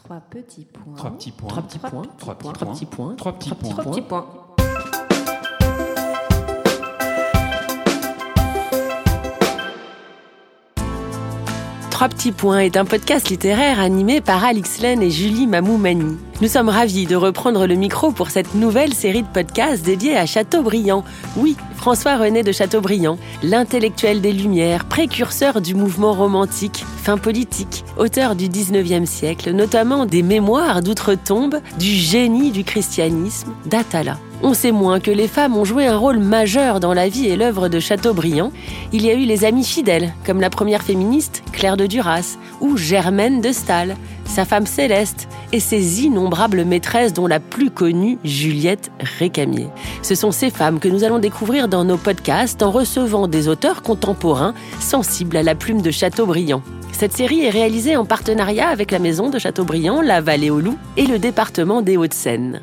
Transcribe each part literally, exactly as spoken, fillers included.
Trois petits points. Trois petits points. Trois petits points. Trois petits Trois petits points. Trois petits points. Trois petits points. Trois petits points est un podcast littéraire animé par Alix Laine et Julie Mamoumani. Nous sommes ravis de reprendre le micro pour cette nouvelle série de podcasts dédiée à Chateaubriand. Oui, François-René de Chateaubriand, l'intellectuel des Lumières, précurseur du mouvement romantique, fin politique, auteur du dix-neuvième siècle, notamment des Mémoires d'outre-tombe, du génie du christianisme, d'Atala. On sait moins que les femmes ont joué un rôle majeur dans la vie et l'œuvre de Chateaubriand. Il y a eu les amies fidèles, comme la première féministe, Claire de Duras, ou Germaine de Staël, sa femme Céleste, et ses innombrables maîtresses dont la plus connue, Juliette Récamier. Ce sont ces femmes que nous allons découvrir dans nos podcasts en recevant des auteurs contemporains sensibles à la plume de Chateaubriand. Cette série est réalisée en partenariat avec la maison de Chateaubriand, la Vallée aux Loups et le département des Hauts-de-Seine.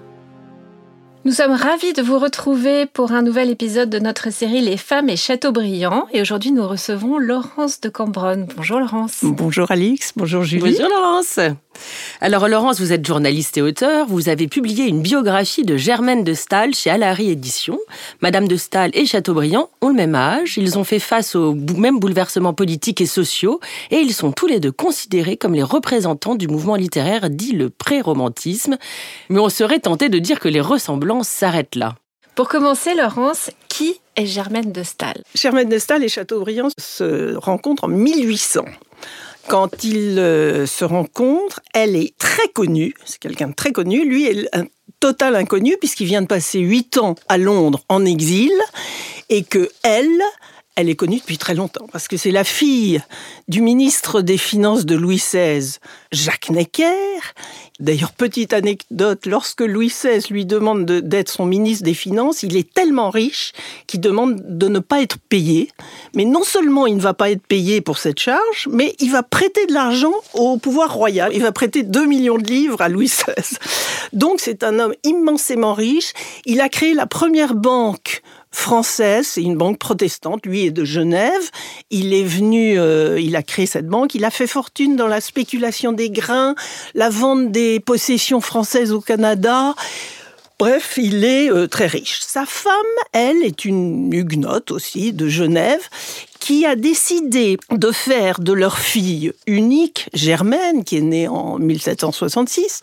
Nous sommes ravis de vous retrouver pour un nouvel épisode de notre série Les femmes et Chateaubriand. Et aujourd'hui, nous recevons Laurence de Cambronne. Bonjour Laurence. Bonjour Alix, bonjour Julie. Bonjour Laurence. Alors Laurence, vous êtes journaliste et auteure. Vous avez publié une biographie de Germaine de Staël chez Alary Éditions. Madame de Staël et Chateaubriand ont le même âge. Ils ont fait face aux mêmes bouleversements politiques et sociaux. Et ils sont tous les deux considérés comme les représentants du mouvement littéraire dit le pré-romantisme. Mais on serait tenté de dire que les ressemblances s'arrêtent là. Pour commencer, Laurence, qui est Germaine de Staël ? Germaine de Staël et Chateaubriand se rencontrent en mille huit cents. Quand ils euh, se rencontrent, elle est très connue, c'est quelqu'un de très connu, lui est un total inconnu puisqu'il vient de passer huit ans à Londres en exil et que elle, elle est connue depuis très longtemps parce que c'est la fille du ministre des Finances de Louis seize, Jacques Necker. D'ailleurs, petite anecdote, lorsque Louis seize lui demande de, d'être son ministre des Finances, il est tellement riche qu'il demande de ne pas être payé. Mais non seulement il ne va pas être payé pour cette charge, mais il va prêter de l'argent au pouvoir royal. Il va prêter deux millions de livres à Louis seize. Donc c'est un homme immensément riche. Il a créé la première banque française, c'est une banque protestante, lui est de Genève. Il est venu, euh, il a créé cette banque, il a fait fortune dans la spéculation des grains, la vente des possessions françaises au Canada. Bref, il est euh, très riche. Sa femme, elle, est une huguenote aussi de Genève, qui a décidé de faire de leur fille unique, Germaine, qui est née en mille sept cent soixante-six,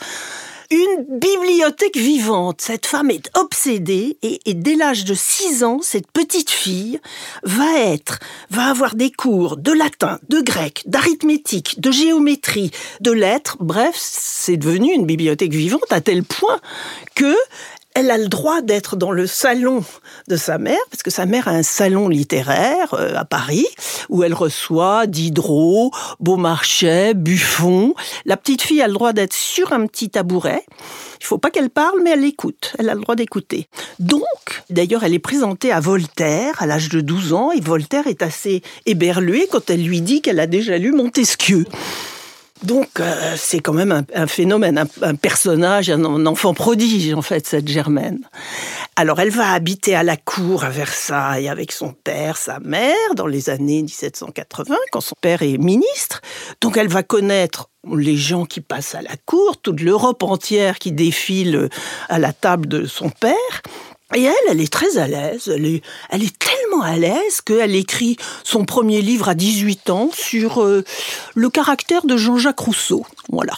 une bibliothèque vivante. Cette femme est obsédée et, et dès l'âge de six ans, cette petite fille va être, va avoir des cours de latin, de grec, d'arithmétique, de géométrie, de lettres. Bref, c'est devenu une bibliothèque vivante à tel point que elle a le droit d'être dans le salon de sa mère, parce que sa mère a un salon littéraire euh, à Paris, où elle reçoit Diderot, Beaumarchais, Buffon. La petite fille a le droit d'être sur un petit tabouret. Il ne faut pas qu'elle parle, mais elle écoute. Elle a le droit d'écouter. Donc, d'ailleurs, elle est présentée à Voltaire à l'âge de douze ans, et Voltaire est assez éberlué quand elle lui dit qu'elle a déjà lu Montesquieu. Donc, euh, c'est quand même un, un phénomène, un, un personnage, un, un enfant prodige, en fait, cette Germaine. Alors, elle va habiter à la cour à Versailles avec son père, sa mère, dans les années dix-sept cent quatre-vingts, quand son père est ministre. Donc, elle va connaître les gens qui passent à la cour, toute l'Europe entière qui défile à la table de son père. Et elle, elle est très à l'aise, elle est, elle est tellement à l'aise qu'elle écrit son premier livre à dix-huit ans sur euh, le caractère de Jean-Jacques Rousseau. Voilà.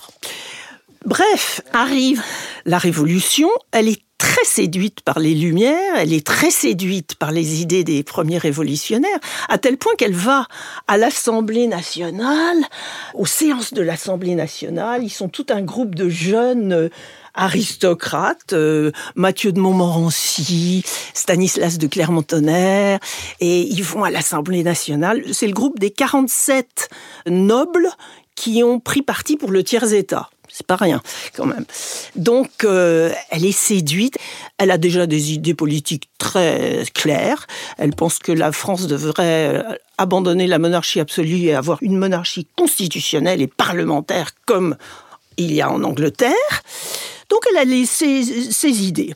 Bref, arrive la Révolution, elle est très séduite par les Lumières, elle est très séduite par les idées des premiers révolutionnaires, à tel point qu'elle va à l'Assemblée nationale, aux séances de l'Assemblée nationale, ils sont tout un groupe de jeunes euh, aristocrates, euh, Mathieu de Montmorency, Stanislas de Clermont-Tonnerre, et ils vont à l'Assemblée nationale. C'est le groupe des quarante-sept nobles qui ont pris parti pour le tiers-état. C'est pas rien, quand même. Donc, euh, elle est séduite. Elle a déjà des idées politiques très claires. Elle pense que la France devrait abandonner la monarchie absolue et avoir une monarchie constitutionnelle et parlementaire comme il y a en Angleterre. Donc, elle a laissé ses idées.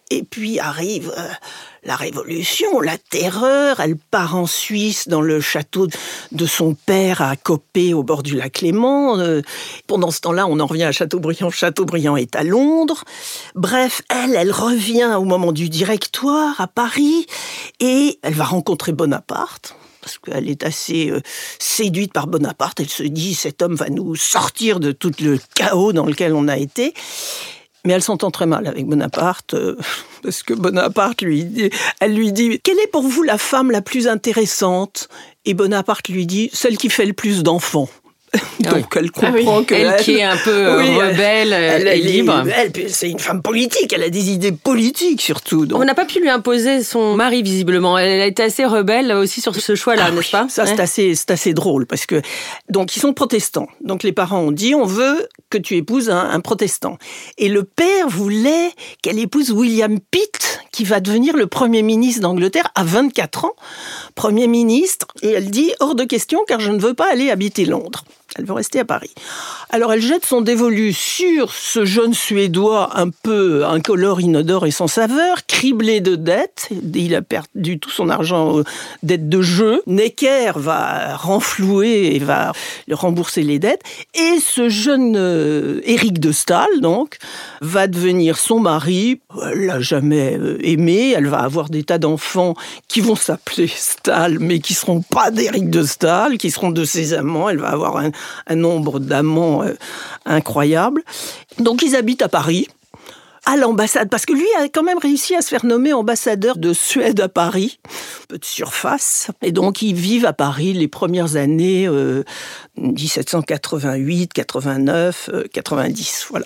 Et puis arrive euh, la Révolution, la terreur. Elle part en Suisse, dans le château de son père à Coppet, au bord du lac Léman. Euh, pendant ce temps-là, on en revient à Chateaubriand. Chateaubriand est à Londres. Bref, elle, elle revient au moment du Directoire à Paris et elle va rencontrer Bonaparte. Parce qu'elle est assez euh, séduite par Bonaparte. Elle se dit, cet homme va nous sortir de tout le chaos dans lequel on a été. Mais elle s'entend très mal avec Bonaparte, euh, parce que Bonaparte, lui dit, elle lui dit « Quelle est pour vous la femme la plus intéressante ?» Et Bonaparte lui dit « Celle qui fait le plus d'enfants. » Donc oui. elle comprend ah oui. que... Elle, elle qui est un peu oui, rebelle elle, et elle libre. Est, elle, c'est une femme politique, elle a des idées politiques surtout. Donc. On n'a pas pu lui imposer son mari visiblement. Elle a été assez rebelle aussi sur ce choix-là, ah, n'est-ce oui. pas? Ça ouais. c'est, assez, c'est assez drôle parce que... Donc ils sont protestants. Donc les parents ont dit on veut que tu épouses un, un protestant. Et le père voulait qu'elle épouse William Pitt, qui va devenir le Premier ministre d'Angleterre à vingt-quatre ans. Premier ministre. Et elle dit hors de question car je ne veux pas aller habiter Londres. Elle veut rester à Paris. Alors elle jette son dévolu sur ce jeune Suédois un peu incolore, inodore et sans saveur, criblé de dettes. Il a perdu tout son argent aux dettes de jeu. Necker va renflouer et va rembourser les dettes. Et ce jeune euh, Éric de Staël, donc, va devenir son mari. Elle l'a jamais aimé. Elle va avoir des tas d'enfants qui vont s'appeler Staël, mais qui ne seront pas d'Éric de Staël, qui seront de ses amants. Elle va avoir un un nombre d'amants euh, incroyable. Donc ils habitent à Paris, à l'ambassade, parce que lui a quand même réussi à se faire nommer ambassadeur de Suède à Paris, peu de surface. Et donc ils vivent à Paris les premières années euh, dix-sept cent quatre-vingt-huit, quatre-vingt-neuf, euh, quatre-vingt-dix, voilà.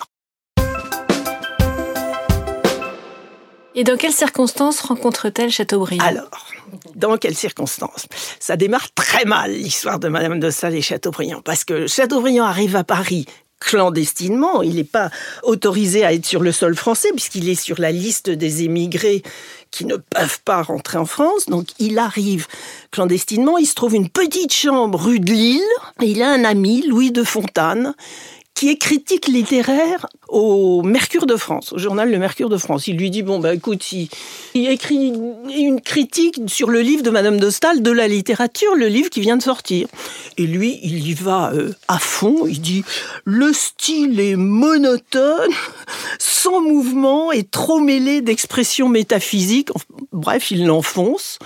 Et dans quelles circonstances rencontre-t-elle Chateaubriand ? Alors, dans quelles circonstances ? Ça démarre très mal, l'histoire de Madame de Staël et Chateaubriand, parce que Chateaubriand arrive à Paris clandestinement. Il n'est pas autorisé à être sur le sol français, puisqu'il est sur la liste des émigrés qui ne peuvent pas rentrer en France. Donc, il arrive clandestinement. Il se trouve une petite chambre rue de Lille. Et il a un ami, Louis de Fontane, qui est critique littéraire au Mercure de France, au journal Le Mercure de France. Il lui dit, bon, bah écoute, il, il écrit une critique sur le livre de Madame de Staël, de la littérature, le livre qui vient de sortir. Et lui, il y va euh, à fond, il dit, le style est monotone, sans mouvement et trop mêlé d'expressions métaphysiques. Bref, il l'enfonce.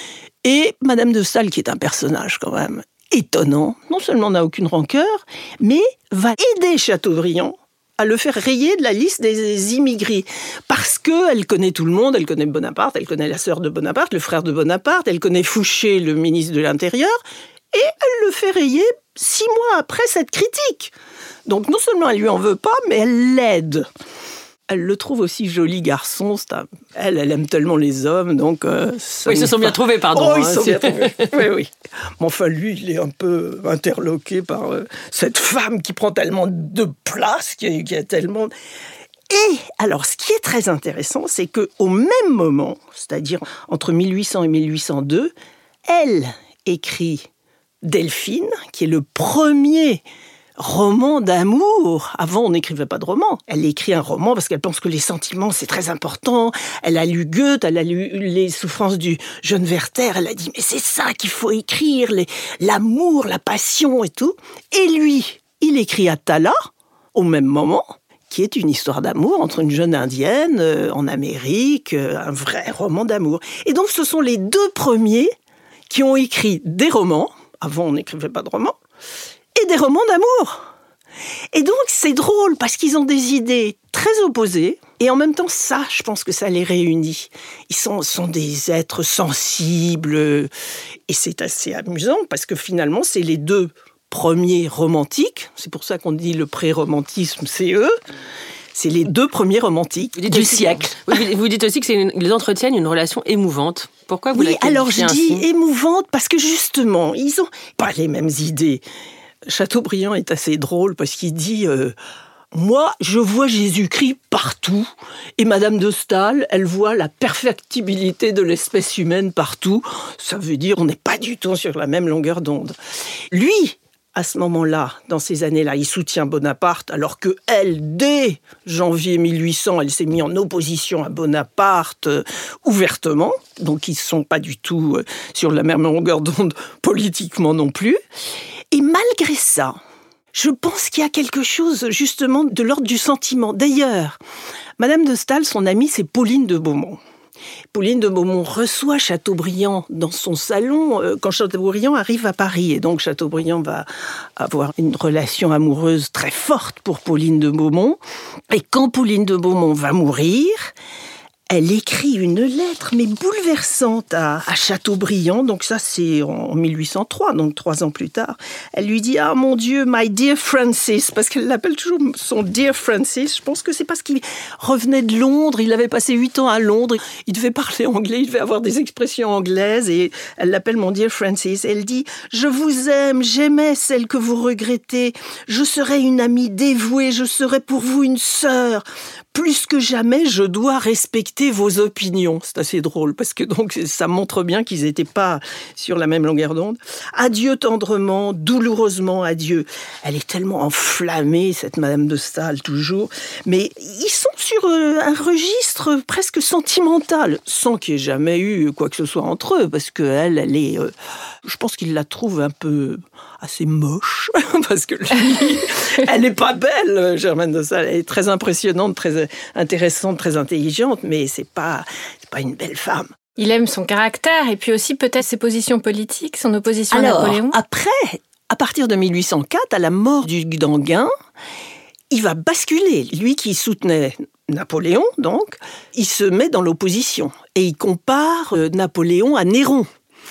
Et Madame de Staël, qui est un personnage quand même étonnant, non seulement n'a aucune rancœur, mais va aider Chateaubriand à le faire rayer de la liste des immigrés. Parce qu'elle connaît tout le monde, elle connaît Bonaparte, elle connaît la sœur de Bonaparte, le frère de Bonaparte, elle connaît Fouché, le ministre de l'Intérieur, et elle le fait rayer six mois après cette critique. Donc non seulement elle lui en veut pas, mais elle l'aide. Elle le trouve aussi joli garçon. C'est un... Elle, elle aime tellement les hommes, donc... Euh, oui, ils se sont pas... bien trouvés, pardon. Oh, ils hein, se sont bien trouvés, oui, oui. Mais enfin, lui, il est un peu interloqué par euh, cette femme qui prend tellement de place, qui, qui a tellement... Et alors, ce qui est très intéressant, c'est qu'au même moment, c'est-à-dire entre mille huit cents et mille huit cent deux, elle écrit Delphine, qui est le premier... roman d'amour. Avant, on n'écrivait pas de roman. Elle écrit un roman parce qu'elle pense que les sentiments, c'est très important. Elle a lu Goethe, elle a lu Les souffrances du jeune Werther. Elle a dit, mais c'est ça qu'il faut écrire, les, l'amour, la passion et tout. Et lui, il écrit Atala, au même moment, qui est une histoire d'amour entre une jeune indienne euh, en Amérique, euh, un vrai roman d'amour. Et donc, ce sont les deux premiers qui ont écrit des romans. Avant, on n'écrivait pas de romans. Et des romans d'amour. Et donc, c'est drôle, parce qu'ils ont des idées très opposées, et en même temps, ça, je pense que ça les réunit. Ils sont, sont des êtres sensibles, et c'est assez amusant, parce que finalement, c'est les deux premiers romantiques, c'est pour ça qu'on dit le pré-romantisme, c'est eux, c'est les deux premiers romantiques du aussi, siècle. Oui, vous dites aussi qu'ils entretiennent une relation émouvante. Pourquoi vous oui, la qualifiez alors je ainsi ? dis émouvante, parce que justement, ils n'ont pas les mêmes idées. Chateaubriand est assez drôle parce qu'il dit euh, « Moi, je vois Jésus-Christ partout et Madame de Staël, elle voit la perfectibilité de l'espèce humaine partout. » Ça veut dire on n'est pas du tout sur la même longueur d'onde. Lui à ce moment-là, dans ces années-là, il soutient Bonaparte, alors que elle, dès janvier mille huit cents, elle s'est mise en opposition à Bonaparte euh, ouvertement. Donc, ils ne sont pas du tout euh, sur la même longueur d'onde politiquement non plus. Et malgré ça, je pense qu'il y a quelque chose, justement, de l'ordre du sentiment. D'ailleurs, Madame de Staël, son amie, c'est Pauline de Beaumont. Pauline de Beaumont reçoit Chateaubriand dans son salon euh, quand Chateaubriand arrive à Paris. Et donc Chateaubriand va avoir une relation amoureuse très forte pour Pauline de Beaumont. Et quand Pauline de Beaumont va mourir, elle écrit une lettre, mais bouleversante, à, à Chateaubriand. Donc ça, c'est en mille huit cent trois, donc trois ans plus tard. Elle lui dit « Ah, mon Dieu, my dear Francis », parce qu'elle l'appelle toujours son dear Francis. Je pense que c'est parce qu'il revenait de Londres. Il avait passé huit ans à Londres. Il devait parler anglais, il devait avoir des expressions anglaises. Et elle l'appelle mon dear Francis. Elle dit « Je vous aime, j'aimais celle que vous regrettez. Je serai une amie dévouée, je serai pour vous une sœur. Plus que jamais, je dois respecter vos opinions. » C'est assez drôle parce que donc ça montre bien qu'ils n'étaient pas sur la même longueur d'onde. Adieu tendrement, douloureusement adieu. Elle est tellement enflammée, cette Madame de Staël, toujours. Mais ils sont sur un registre presque sentimental, sans qu'il y ait jamais eu quoi que ce soit entre eux, parce qu'elle, elle est... Euh, je pense qu'il la trouve un peu assez moche, parce que lui, elle n'est pas belle, Germaine de Staël. Elle est très impressionnante, très intéressante, très intelligente, mais c'est pas, c'est pas une belle femme. Il aime son caractère et puis aussi peut-être ses positions politiques, son opposition Alors, à Napoléon. Après, à partir de mille huit cent quatre, à la mort du duc d'Enghien, il va basculer. Lui qui soutenait Napoléon, donc, il se met dans l'opposition et il compare euh, Napoléon à Néron.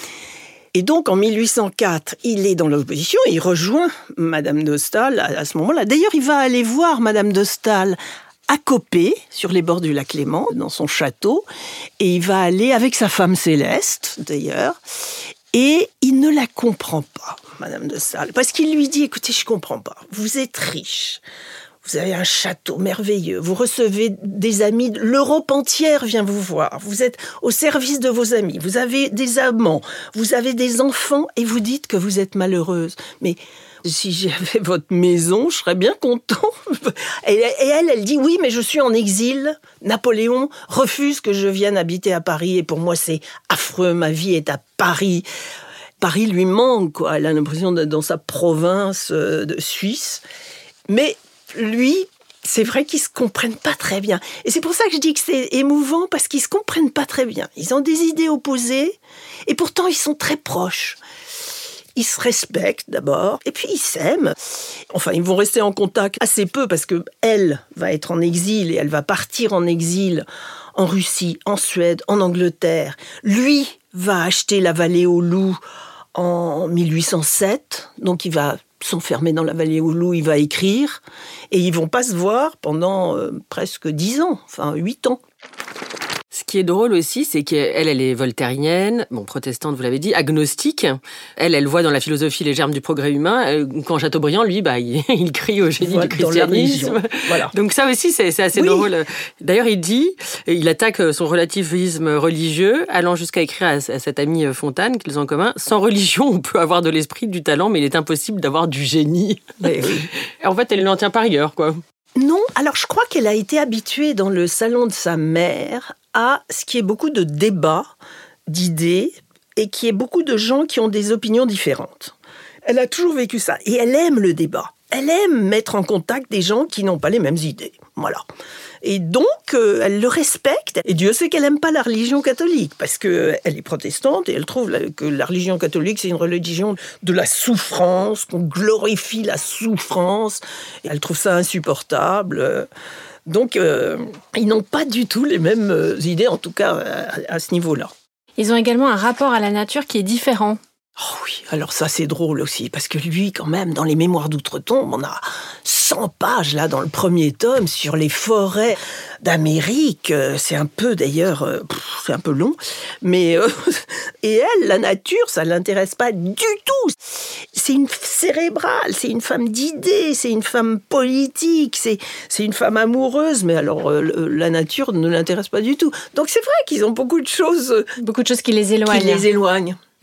Et donc, en mille huit cent quatre, il est dans l'opposition et il rejoint Madame de Staël à, à ce moment-là. D'ailleurs, il va aller voir Madame de Staël à Coppet, sur les bords du lac Léman, dans son château. Et il va aller avec sa femme Céleste, d'ailleurs. Et il ne la comprend pas, Madame de Staël. Parce qu'il lui dit, écoutez, je comprends pas. Vous êtes riche. Vous avez un château merveilleux, vous recevez des amis, l'Europe entière vient vous voir, vous êtes au service de vos amis, vous avez des amants, vous avez des enfants et vous dites que vous êtes malheureuse. Mais si j'avais votre maison, je serais bien content. Et elle, elle dit oui, mais je suis en exil. Napoléon refuse que je vienne habiter à Paris et pour moi c'est affreux, ma vie est à Paris. Paris lui manque, quoi. Elle a l'impression d'être dans sa province de Suisse. Mais lui, c'est vrai qu'ils ne se comprennent pas très bien. Et c'est pour ça que je dis que c'est émouvant, parce qu'ils ne se comprennent pas très bien. Ils ont des idées opposées, et pourtant ils sont très proches. Ils se respectent d'abord, et puis ils s'aiment. Enfin, ils vont rester en contact assez peu, parce qu'elle va être en exil, et elle va partir en exil en Russie, en Suède, en Angleterre. Lui va acheter la vallée aux loups en mille huit cent sept, donc il va s'enfermer dans la vallée aux loups, il va écrire, et ils vont pas se voir pendant euh, presque dix ans, enfin huit ans. Ce qui est drôle aussi, c'est qu'elle, elle est voltairienne, bon, protestante, vous l'avez dit, agnostique. Elle, elle voit dans la philosophie les germes du progrès humain. Quand Chateaubriand, lui, bah, il, il crie au génie voilà, du christianisme. Voilà. Donc ça aussi, c'est, c'est assez oui. drôle. D'ailleurs, il dit, il attaque son relativisme religieux, allant jusqu'à écrire à, à cette amie Fontane qu'ils ont en commun. Sans religion, on peut avoir de l'esprit, du talent, mais il est impossible d'avoir du génie. Oui. En fait, elle n'en tient pas rigueur, quoi. Non, alors je crois qu'elle a été habituée dans le salon de sa mère à ce qui est beaucoup de débats, d'idées, et qui est beaucoup de gens qui ont des opinions différentes. Elle a toujours vécu ça, et elle aime le débat. Elle aime mettre en contact des gens qui n'ont pas les mêmes idées. Voilà. Et donc, euh, elle le respecte. Et Dieu sait qu'elle n'aime pas la religion catholique, parce qu'elle est protestante, et elle trouve que la religion catholique, c'est une religion de la souffrance, qu'on glorifie la souffrance. Et elle trouve ça insupportable. Donc, euh, ils n'ont pas du tout les mêmes idées, en tout cas à, à ce niveau-là. Ils ont également un rapport à la nature qui est différent. Oh oui, alors ça c'est drôle aussi, parce que lui quand même, dans les Mémoires d'Outre-Tombe, on a cent pages là dans le premier tome sur les forêts d'Amérique. C'est un peu d'ailleurs, pff, c'est un peu long, mais euh, et elle, la nature, ça l'intéresse pas du tout. C'est une cérébrale, c'est une femme d'idées, c'est une femme politique, c'est c'est une femme amoureuse, mais alors euh, la nature ne l'intéresse pas du tout. Donc c'est vrai qu'ils ont beaucoup de choses, beaucoup de choses qui les éloignent. Qui les éloignent. Mmh.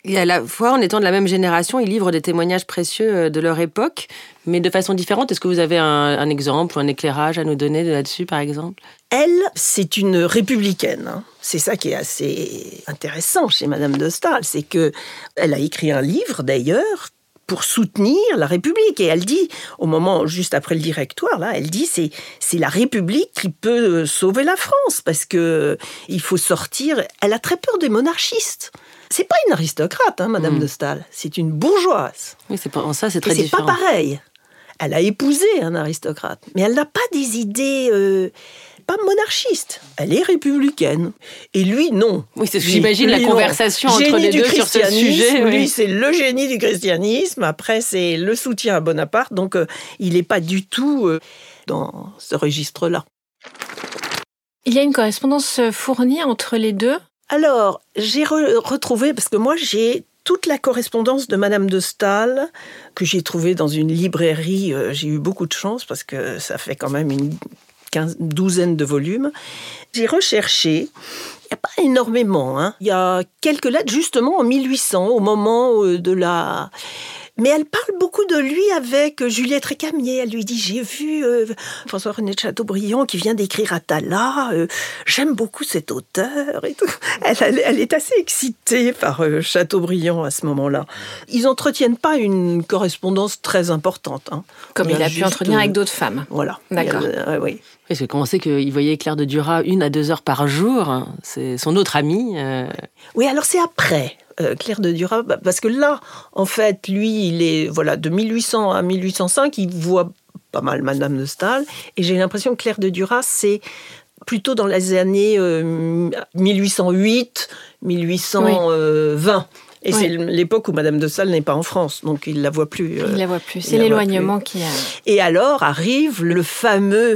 Et à la fois, en étant de la même génération, ils livrent des témoignages précieux de leur époque, mais de façon différente. Est-ce que vous avez un, un exemple ou un éclairage à nous donner là-dessus, par exemple ? Elle, c'est une républicaine. Hein. C'est ça qui est assez intéressant chez Madame de Staël. C'est qu'elle a écrit un livre, d'ailleurs, pour soutenir la République. Et elle dit, au moment, juste après le directoire, là, elle dit, c'est, c'est la République qui peut sauver la France, parce que il faut sortir... Elle a très peur des monarchistes. C'est pas une aristocrate, hein, Madame mmh. de Staël. C'est une bourgeoise. Oui, c'est pas, ça, c'est très Et c'est différent. pas pareil. Elle a épousé un aristocrate, mais elle n'a pas des idées... Euh, pas monarchiste, elle est républicaine. Et lui, non. Oui, c'est ce que j'imagine, la conversation non. entre Génie les deux sur ce sujet. Lui, oui. c'est le génie du christianisme. Après, c'est le soutien à Bonaparte. Donc, euh, il n'est pas du tout euh, dans ce registre-là. Il y a une correspondance fournie entre les deux ? Alors, j'ai re- retrouvé, parce que moi, j'ai toute la correspondance de Madame de Staël, que j'ai trouvée dans une librairie. Euh, j'ai eu beaucoup de chance, parce que ça fait quand même une... Quinze, douzaine de volumes. J'ai recherché, il n'y a pas énormément, hein. Il y a quelques lettres justement en mille huit cents, au moment de la... Mais elle parle beaucoup de lui avec Juliette Récamier. Elle lui dit, j'ai vu euh, François-René de Chateaubriand qui vient d'écrire Atala. Euh, j'aime beaucoup cet auteur. Et tout. Elle, elle, elle est assez excitée par euh, Chateaubriand à ce moment-là. Ils n'entretiennent pas une correspondance très importante. Hein. Comme il, il a, a pu entretenir euh, avec d'autres femmes. Voilà. D'accord. Euh, oui. Parce que quand on sait qu'il voyait Claire de Duras une à deux heures par jour, hein, c'est son autre amie. Euh... Oui, alors c'est après. Euh, Claire de Duras, parce que là, en fait, lui, il est, voilà, de mille huit cents à mille huit cent cinq, il voit pas mal Madame de Staël, et j'ai l'impression que Claire de Duras, c'est plutôt dans les années euh, mille huit cent huit, mille huit cent vingt. Oui. Et oui. C'est l'époque où Madame de Staël n'est pas en France, donc il ne la voit plus. Euh, il ne la voit plus, c'est l'éloignement qui a... Et alors arrive le fameux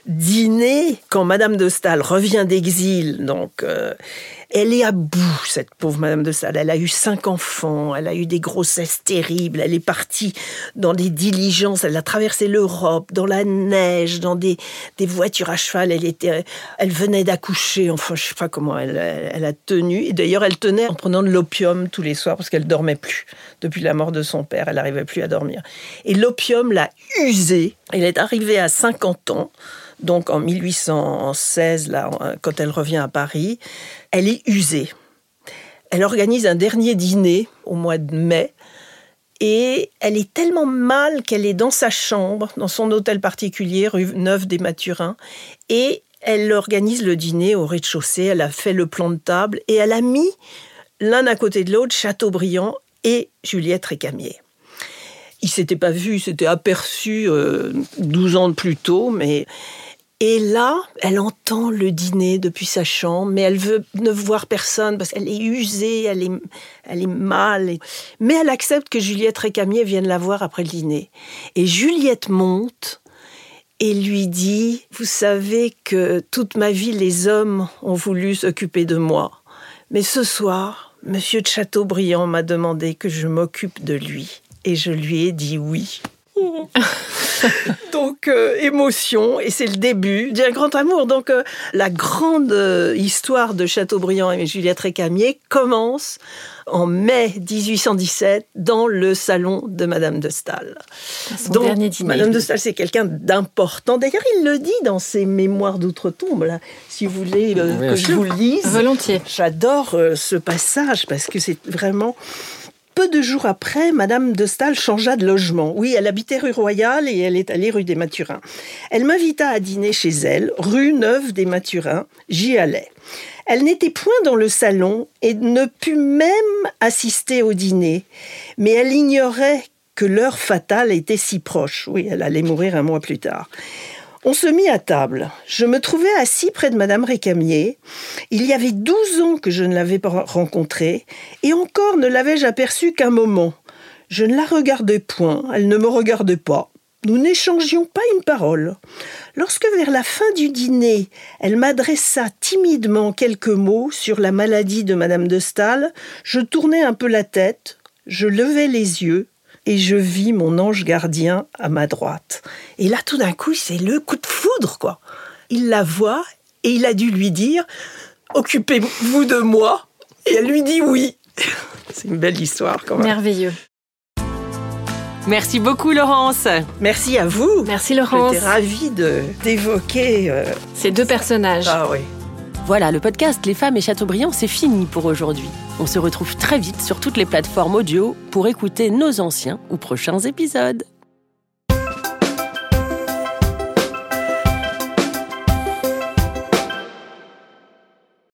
dîner, quand Madame de Staël revient d'exil, donc... Euh, elle est à bout, cette pauvre Madame de Staël. Elle a eu cinq enfants, elle a eu des grossesses terribles, elle est partie dans des diligences, elle a traversé l'Europe, dans la neige, dans des, des voitures à cheval. Elle, était, elle venait d'accoucher, enfin, je ne sais pas comment elle, elle, elle a tenu. Et d'ailleurs, elle tenait en prenant de l'opium tous les soirs parce qu'elle ne dormait plus. Depuis la mort de son père, elle n'arrivait plus à dormir. Et l'opium l'a usée. Elle est arrivée à cinquante ans. Donc en mille huit cent seize, là, quand elle revient à Paris, elle est usée. Elle organise un dernier dîner au mois de mai et elle est tellement mal qu'elle est dans sa chambre, dans son hôtel particulier, rue Neuve des Mathurins, et elle organise le dîner au rez-de-chaussée. Elle a fait le plan de table et elle a mis l'un à côté de l'autre Chateaubriand et Juliette Récamier. Ils ne s'étaient pas vus, ils s'étaient aperçus euh, douze ans plus tôt, mais... Et là, elle entend le dîner depuis sa chambre, mais elle veut ne voir personne parce qu'elle est usée, elle est, elle est mal. Mais elle accepte que Juliette Récamier vienne la voir après le dîner. Et Juliette monte et lui dit « Vous savez que toute ma vie, les hommes ont voulu s'occuper de moi. Mais ce soir, Monsieur de Chateaubriand m'a demandé que je m'occupe de lui. Et je lui ai dit oui. » Donc, euh, émotion, et c'est le début d'un grand amour. Donc, euh, la grande euh, histoire de Chateaubriand et Juliette Récamier commence en mai dix-huit cent dix-sept dans le salon de Madame de Staël. Son Donc, dernier dîner. Madame de Staël, c'est quelqu'un d'important. D'ailleurs, il le dit dans ses mémoires d'outre-tombe, là, si vous voulez euh, oui, que je vous le lise. Volontiers. J'adore euh, ce passage parce que c'est vraiment... Peu de jours après, Madame de Staël changea de logement. Oui, elle habitait rue Royale et elle est allée rue des Mathurins. Elle m'invita à dîner chez elle, rue Neuve des Mathurins. J'y allais. Elle n'était point dans le salon et ne put même assister au dîner. Mais elle ignorait que l'heure fatale était si proche. Oui, elle allait mourir un mois plus tard. On se mit à table. Je me trouvais assis près de Madame Récamier. Il y avait douze ans que je ne l'avais pas rencontrée, et encore ne l'avais-je aperçue qu'un moment. Je ne la regardais point, elle ne me regardait pas. Nous n'échangions pas une parole. Lorsque, vers la fin du dîner, elle m'adressa timidement quelques mots sur la maladie de Madame de Staël, je tournai un peu la tête, je levai les yeux, et je vis mon ange gardien à ma droite. Et là, tout d'un coup, c'est le coup de foudre, quoi. Il la voit et il a dû lui dire « Occupez-vous de moi ». Et elle lui dit oui. C'est une belle histoire quand même. Merveilleux. Merci beaucoup Laurence. Merci à vous. Merci Laurence. J'étais ravie de, d'évoquer euh... ces deux personnages. Ah oui. Voilà, le podcast Les Femmes et Chateaubriand, c'est fini pour aujourd'hui. On se retrouve très vite sur toutes les plateformes audio pour écouter nos anciens ou prochains épisodes.